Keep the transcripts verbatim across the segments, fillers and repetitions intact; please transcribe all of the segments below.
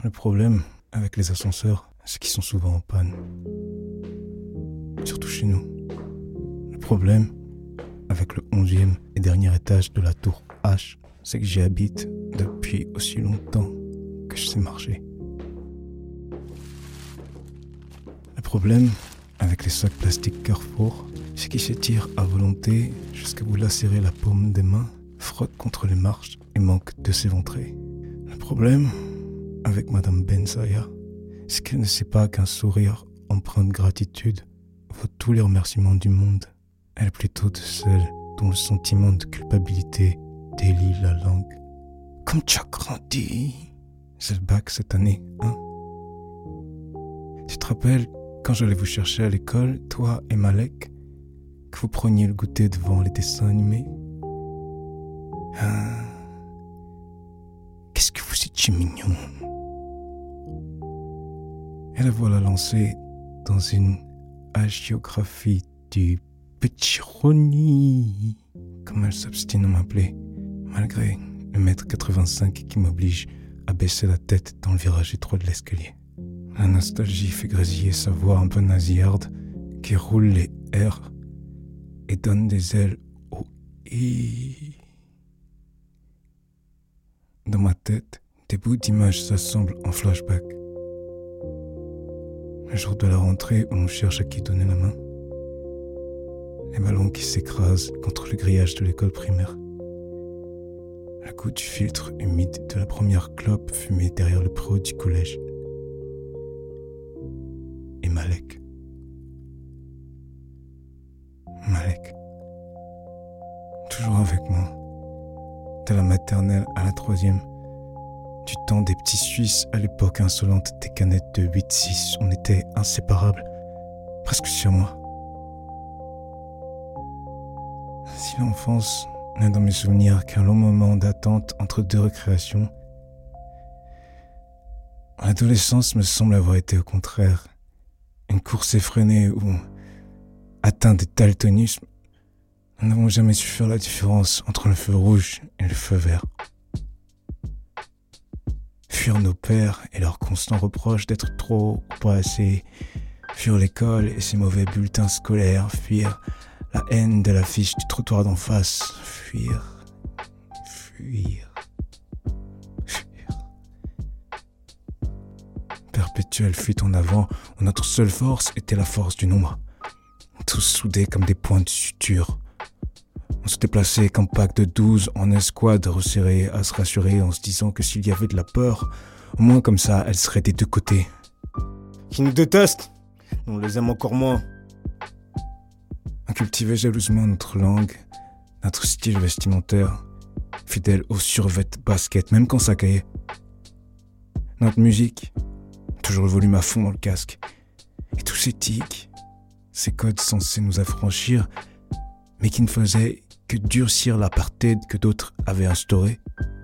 Le problème avec les ascenseurs, c'est qu'ils sont souvent en panne. Surtout chez nous. Le problème avec le onzième et dernier étage de la tour H, c'est que j'y habite depuis aussi longtemps que je sais marcher. Le problème avec les sacs plastiques Carrefour, c'est qu'ils s'étirent à volonté jusqu'à vous lacérer la paume des mains, frottent contre les marches et manquent de s'éventrer. Le problème avec Madame Bensaya, c'est qu'elle ne sait pas qu'un sourire empreint de gratitude vaut tous les remerciements du monde. Elle est plutôt de celle dont le sentiment de culpabilité délie la langue. Comme tu as grandi. C'est le bac cette année, hein? Tu te rappelles quand j'allais vous chercher à l'école, toi et Malek, que vous preniez le goûter devant les dessins animés? Ah, qu'est-ce que vous étiez mignon. Et la voilà lancée dans une hagiographie du petit Ronnie, comme elle s'obstine à m'appeler, malgré le mètre quatre-vingt-cinq qui m'oblige à baisser la tête dans le virage étroit de l'escalier. La nostalgie fait grésiller sa voix un peu nasillarde qui roule les R et donne des ailes au I. Dans ma tête, des bouts d'images s'assemblent en flashback. Le jour de la rentrée où on cherche à qui donner la main. Les ballons qui s'écrasent contre le grillage de l'école primaire. Le goût du filtre humide de la première clope fumée derrière le préau du collège. Et Malek. Malek. Toujours avec moi. De la maternelle à la troisième. Du temps des petits Suisses à l'époque insolente des canettes de huit six, on était inséparables. Presque sur moi. Si l'enfance n'est dans mes souvenirs qu'un long moment d'attente entre deux récréations, l'adolescence me semble avoir été au contraire. Une course effrénée où, atteint de daltonisme, nous n'avons jamais su faire la différence entre le feu rouge et le feu vert. Fuir nos pères et leurs constants reproches d'être trop ou pas assez, fuir l'école et ses mauvais bulletins scolaires, fuir la haine de l'affiche du trottoir d'en face, fuir, fuir, fuir. Perpétuelle fuite en avant où notre seule force était la force du nombre. Tous soudés comme des points de suture. On se déplaçait comme pack de douze en escouade resserrée à se rassurer en se disant que s'il y avait de la peur, au moins comme ça, elle serait des deux côtés. Qui nous détestent, on les aime encore moins. On cultivait jalousement notre langue, notre style vestimentaire, fidèle aux survêt basket, même quand ça caillait. Notre musique, toujours le volume à fond dans le casque. Et tous ces tics, ces codes censés nous affranchir, mais qui ne faisaient que durcir l'apartheid que d'autres avaient instauré.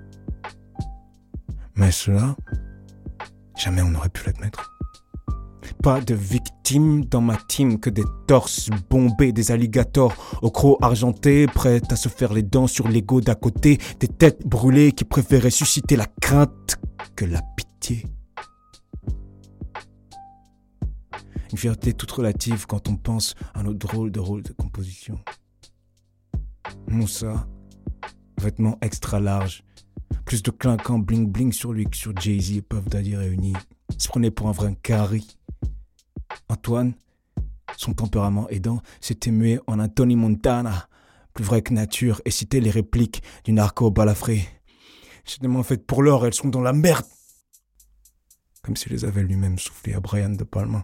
Mais cela, jamais on n'aurait pu l'admettre. Pas de victimes dans ma team, que des torses bombés, des alligators au croc argenté, prêts à se faire les dents sur l'ego d'à côté, des têtes brûlées qui préféraient susciter la crainte que la pitié. Une fierté toute relative quand on pense à nos drôles de rôles de composition. Moussa, vêtements extra larges, plus de clinquant bling bling sur lui que sur Jay-Z et Puff Daddy réunis, se prenait pour un vrai carry. Antoine, son tempérament aidant, s'était mué en un Tony Montana, plus vrai que nature, et citait les répliques du narco balafré. J'ai tellement fait pour l'or, elles sont dans la merde. Comme s'il les avait lui-même soufflé à Brian De Palma.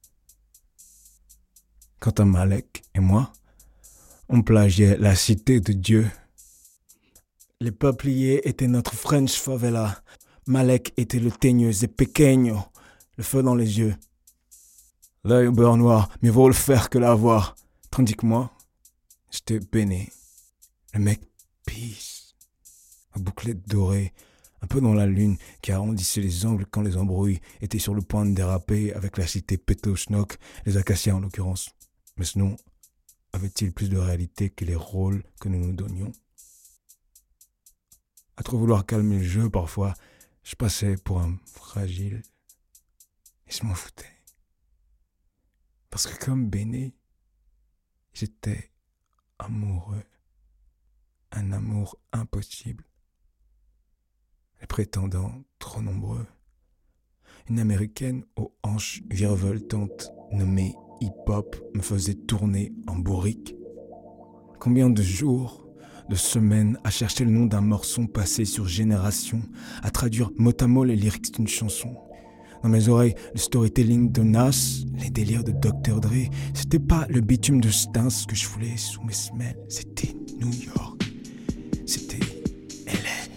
Quant à Malek et moi, on plagiait la cité de Dieu. Les peupliers étaient notre French favela. Malek était le teigneux et pequeño, le feu dans les yeux. L'œil au beurre noir, mieux vaut le faire que l'avoir. Tandis que moi, j'étais Béné, le mec peace, à bouclette dorée, un peu dans la lune, qui arrondissait les angles quand les embrouilles étaient sur le point de déraper avec la cité Pétochnock, les acacias en l'occurrence. Mais ce nom avait-il plus de réalité que les rôles que nous nous donnions? À trop vouloir calmer le jeu, parfois, Je passais pour un fragile et je m'en foutais. Parce que comme Béné, j'étais amoureux. Un amour impossible. Les prétendants trop nombreux. Une américaine aux hanches virevoltantes nommée hip-hop me faisait tourner en bourrique. Combien de jours, de semaines à chercher le nom d'un morceau passé sur génération, à traduire mot à mot les lyrics d'une chanson. Dans mes oreilles, le storytelling de Nas, les délires de docteur Dre, c'était pas le bitume de Stins que je voulais sous mes semelles, c'était New York. C'était L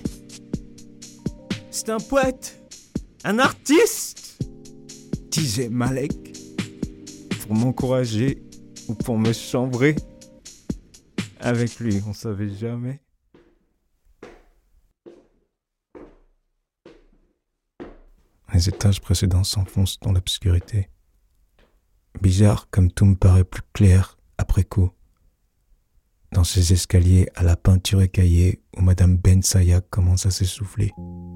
A. C'est un poète, un artiste, disait Malek, pour m'encourager ou pour me chambrer. Avec lui, on savait jamais. Les étages précédents s'enfoncent dans l'obscurité. Bizarre comme tout me paraît plus clair après coup. Dans ces escaliers à la peinture écaillée où Madame Ben Saya commence à s'essouffler.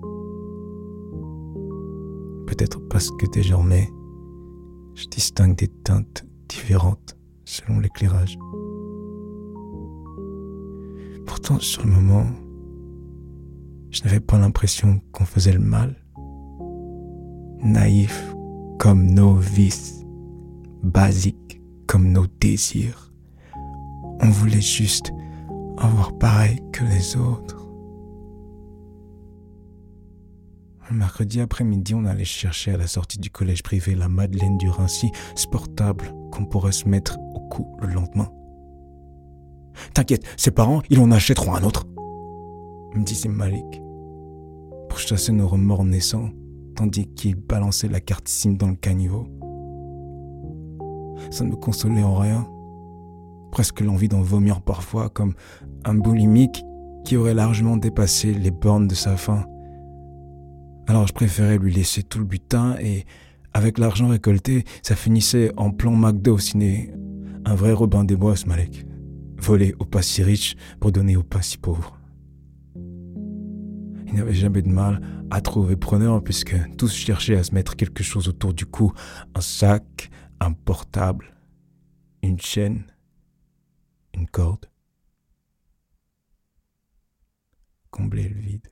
Peut-être parce que désormais, je distingue des teintes différentes selon l'éclairage. Pourtant, sur le moment, je n'avais pas l'impression qu'on faisait le mal. Naïf comme nos vices, basique comme nos désirs. On voulait juste avoir pareil que les autres. Le mercredi après-midi, on allait chercher à la sortie du collège privé la Madeleine du Rincy, sportable qu'on pourrait se mettre au cou le lendemain. T'inquiète, ses parents, ils en achèteront un autre, me disait Malik, pour chasser nos remords naissants, tandis qu'il balançait la carte SIM dans le caniveau. Ça ne me consolait en rien. Presque l'envie d'en vomir parfois, comme un boulimique qui aurait largement dépassé les bornes de sa faim. Alors je préférais lui laisser tout le butin et, avec l'argent récolté, ça finissait en plan McDo au ciné. Un vrai Robin des Bois, ce Malek. Volé aux pas si riches pour donner aux pas si pauvres. Il n'avait jamais de mal à trouver preneur puisque tous cherchaient à se mettre quelque chose autour du cou. Un sac, un portable, une chaîne, une corde. Combler le vide.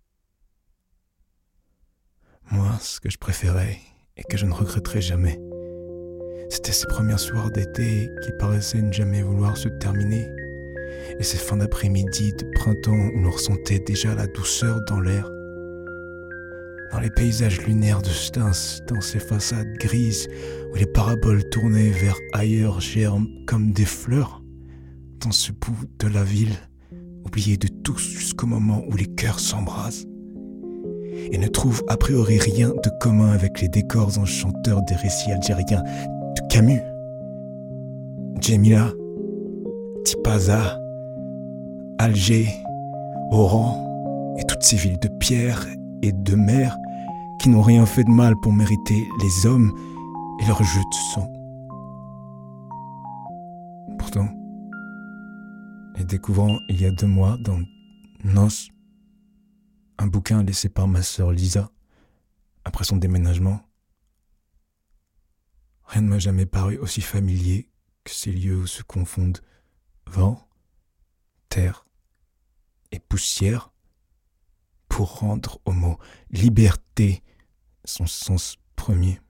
Moi, ce que je préférais et que je ne regretterai jamais, c'était ces premiers soirs d'été qui paraissaient ne jamais vouloir se terminer. Et ces fins d'après-midi de printemps où l'on ressentait déjà la douceur dans l'air. Dans les paysages lunaires de Stins, dans ces façades grises où les paraboles tournées vers ailleurs germent comme des fleurs. Dans ce bout de la ville, oublié de tous jusqu'au moment où les cœurs s'embrasent. Et ne trouvent a priori rien de commun avec les décors enchanteurs des récits algériens de Camus. Djemila, Tipaza, Alger, Oran et toutes ces villes de pierre et de mer qui n'ont rien fait de mal pour mériter les hommes et leur jeu de sang. Pourtant, et découvrant il y a deux mois dans Nos, un bouquin laissé par ma sœur Lisa après son déménagement, rien ne m'a jamais paru aussi familier que ces lieux où se confondent vent, terre et poussière pour rendre au mot liberté son sens premier.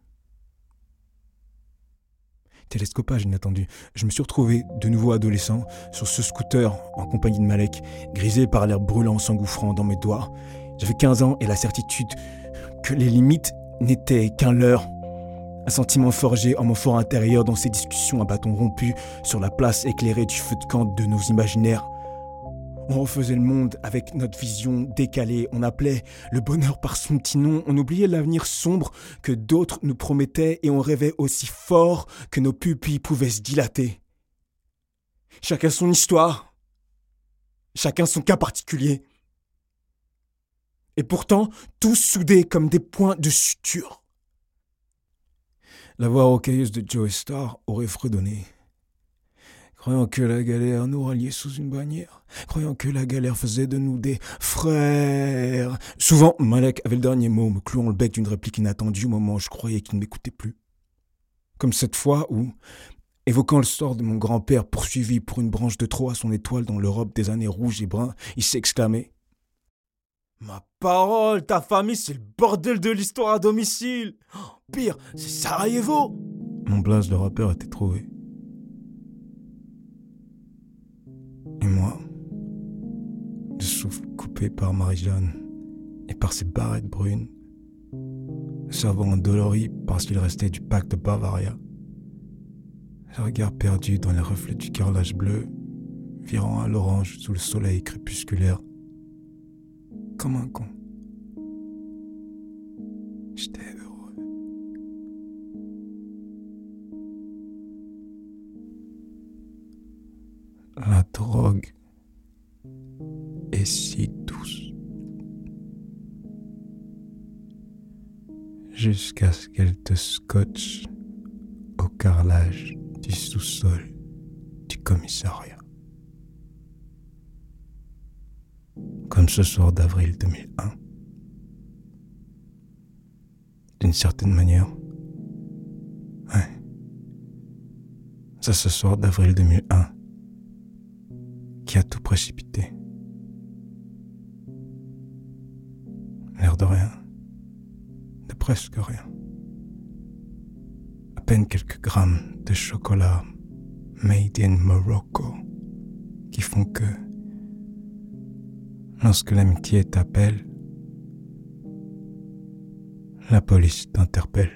Télescopage inattendu, je me suis retrouvé de nouveau adolescent sur ce scooter en compagnie de Malek, grisé par l'air brûlant s'engouffrant dans mes doigts. J'avais quinze ans et la certitude que les limites n'étaient qu'un leurre. Un sentiment forgé en mon fort intérieur dans ces discussions à bâton rompu sur la place éclairée du feu de camp de nos imaginaires. On refaisait le monde avec notre vision décalée. On appelait le bonheur par son petit nom. On oubliait l'avenir sombre que d'autres nous promettaient et on rêvait aussi fort que nos pupilles pouvaient se dilater. Chacun son histoire. Chacun son cas particulier. Et pourtant, tous soudés comme des points de suture. La voix rocailleuse de Joe Starr aurait fredonné. Croyant que la galère nous ralliait sous une bannière, croyant que la galère faisait de nous des frères. Souvent, Malek avait le dernier mot, me clouant le bec d'une réplique inattendue au moment où je croyais qu'il ne m'écoutait plus. Comme cette fois où, évoquant le sort de mon grand-père poursuivi pour une branche de trop à son étoile dans l'Europe des années rouges et bruns, il s'exclamait « Ma parole, ta famille, c'est le bordel de l'histoire à domicile. Oh, pire, c'est Sarajevo !» Mon blaze de rappeur était trouvé. Et moi, le souffle coupé par Marie-Jeanne et par ses barrettes brunes, le cerveau endolori parce qu'il restait du pacte de Bavaria, le regard perdu dans les reflets du carrelage bleu, virant à l'orange sous le soleil crépusculaire, comme un con. J'étais heureux. La drogue est si douce. Jusqu'à ce qu'elle te scotche au carrelage du sous-sol du commissariat. Comme ce soir d'avril deux mille un. D'une certaine manière. Ouais. C'est ce soir d'avril deux mille un qui a tout précipité. L'air de rien. De presque rien. À peine quelques grammes de chocolat made in Morocco qui font que lorsque l'amitié t'appelle, la police t'interpelle.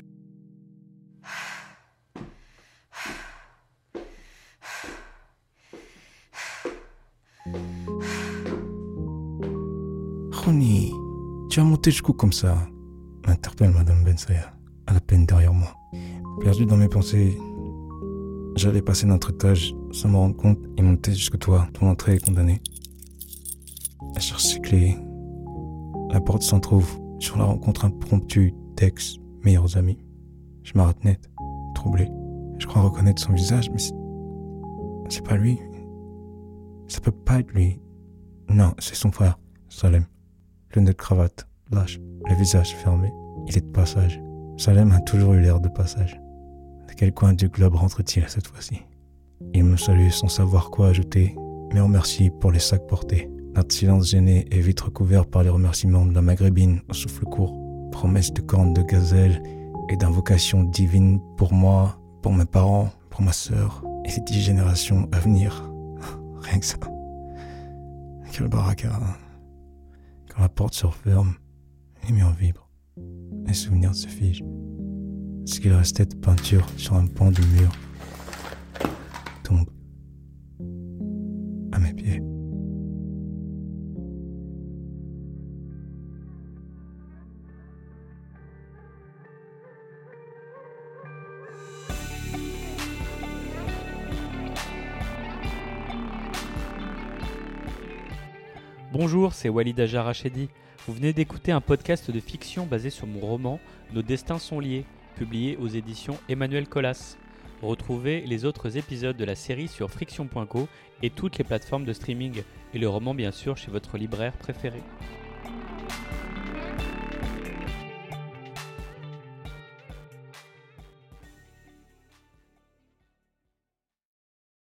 Ronnie, tu as monté jusqu'où comme ça? M'interpelle Madame Bensaya, à la peine derrière moi. Perdu dans mes pensées, j'allais passer notre étage sans me rendre compte et monter jusque toi. Ton entrée est condamnée. Elle cherche ses clés. La porte s'en trouve sur la rencontre impromptue d'ex meilleurs amis. Je m'arrête net, troublé. Je crois reconnaître son visage, mais c'est, c'est pas lui. Ça peut pas être lui. Non, c'est son frère, Salem. Lunettes de cravate, lâche, le visage fermé. Il est de passage. Salem a toujours eu l'air de passage. De quel coin du globe rentre-t-il cette fois-ci? Il me salue sans savoir quoi ajouter, mais remercie pour les sacs portés. Notre silence gêné est vite recouvert par les remerciements de la maghrébine au souffle court. Promesses de cornes de gazelle et d'invocations divines pour moi, pour mes parents, pour ma sœur et les dix générations à venir. Rien que ça. Quel baraka. Quand la porte se referme, les murs vibrent. Les souvenirs se figent. Ce qu'il restait de peinture sur un pan du mur tombe à mes pieds. Bonjour, c'est Walid Ajar Rachedi. Vous venez d'écouter un podcast de fiction basé sur mon roman « Nos destins sont liés », publié aux éditions Emmanuel Colas. Retrouvez les autres épisodes de la série sur friction point co et toutes les plateformes de streaming, et le roman bien sûr chez votre libraire préféré.